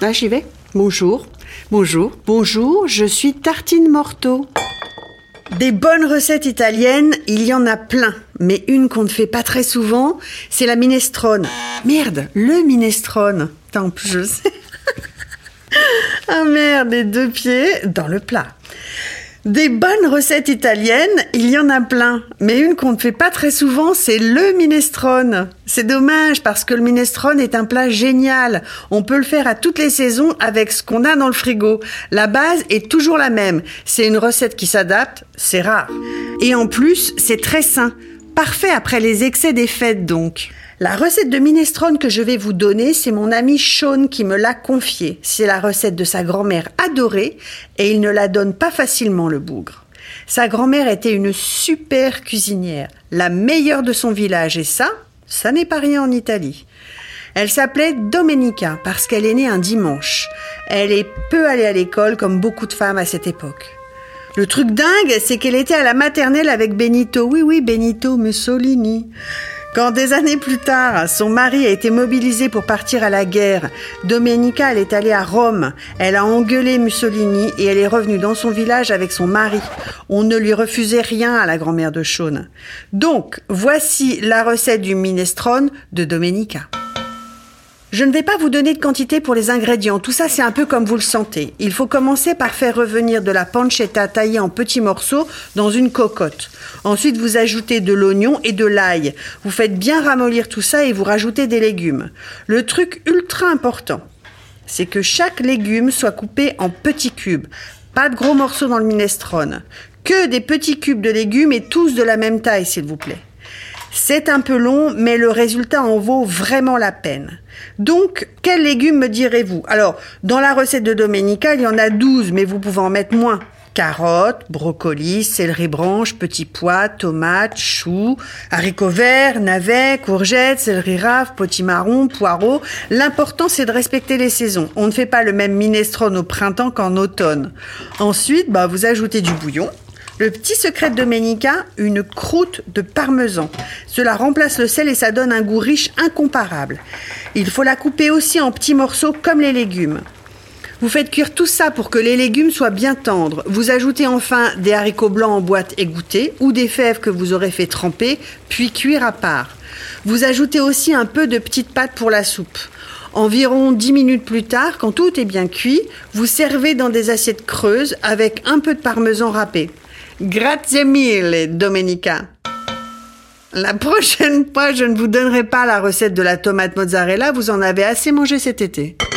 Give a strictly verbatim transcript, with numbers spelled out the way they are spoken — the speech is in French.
Ah, j'y vais. Bonjour, bonjour, bonjour, je suis Tartine Morteau. Des bonnes recettes italiennes, il y en a plein. Mais une qu'on ne fait pas très souvent, c'est la minestrone. Merde, le minestrone. Tant pis, je sais. Ah merde, les deux pieds dans le plat. Des bonnes recettes italiennes, il y en a plein. Mais une qu'on ne fait pas très souvent, c'est le minestrone. C'est dommage parce que le minestrone est un plat génial. On peut le faire à toutes les saisons avec ce qu'on a dans le frigo. La base est toujours la même. C'est une recette qui s'adapte, c'est rare. Et en plus, c'est très sain. Parfait après les excès des fêtes donc. La recette de minestrone que je vais vous donner, c'est mon ami Sean qui me l'a confiée. C'est la recette de sa grand-mère adorée et il ne la donne pas facilement, le bougre. Sa grand-mère était une super cuisinière, la meilleure de son village et ça, ça n'est pas rien en Italie. Elle s'appelait Domenica parce qu'elle est née un dimanche. Elle est peu allée à l'école comme beaucoup de femmes à cette époque. Le truc dingue, c'est qu'elle était à la maternelle avec Benito. Oui, oui, Benito Mussolini. Quand des années plus tard, son mari a été mobilisé pour partir à la guerre, Domenica, elle est allée à Rome. Elle a engueulé Mussolini et elle est revenue dans son village avec son mari. On ne lui refusait rien à la grand-mère de Sean. Donc, voici la recette du minestrone de Domenica. Je ne vais pas vous donner de quantité pour les ingrédients. Tout ça, c'est un peu comme vous le sentez. Il faut commencer par faire revenir de la pancetta taillée en petits morceaux dans une cocotte. Ensuite, vous ajoutez de l'oignon et de l'ail. Vous faites bien ramollir tout ça et vous rajoutez des légumes. Le truc ultra important, c'est que chaque légume soit coupé en petits cubes. Pas de gros morceaux dans le minestrone. Que des petits cubes de légumes et tous de la même taille, s'il vous plaît. C'est un peu long, mais le résultat en vaut vraiment la peine. Donc, quels légumes me direz-vous ? Alors, dans la recette de Domenica, il y en a douze, mais vous pouvez en mettre moins. Carottes, brocolis, céleri branche, petits pois, tomates, choux, haricots verts, navets, courgettes, céleri rave, potimarron, poireaux. L'important, c'est de respecter les saisons. On ne fait pas le même minestrone au printemps qu'en automne. Ensuite, bah, vous ajoutez du bouillon. Le petit secret de Domenica, une croûte de parmesan. Cela remplace le sel et ça donne un goût riche incomparable. Il faut la couper aussi en petits morceaux comme les légumes. Vous faites cuire tout ça pour que les légumes soient bien tendres. Vous ajoutez enfin des haricots blancs en boîte égouttée ou des fèves que vous aurez fait tremper, puis cuire à part. Vous ajoutez aussi un peu de petite pâte pour la soupe. Environ dix minutes plus tard, quand tout est bien cuit, vous servez dans des assiettes creuses avec un peu de parmesan râpé. Grazie mille, Domenica. La prochaine fois, je ne vous donnerai pas la recette de la tomate mozzarella, vous en avez assez mangé cet été.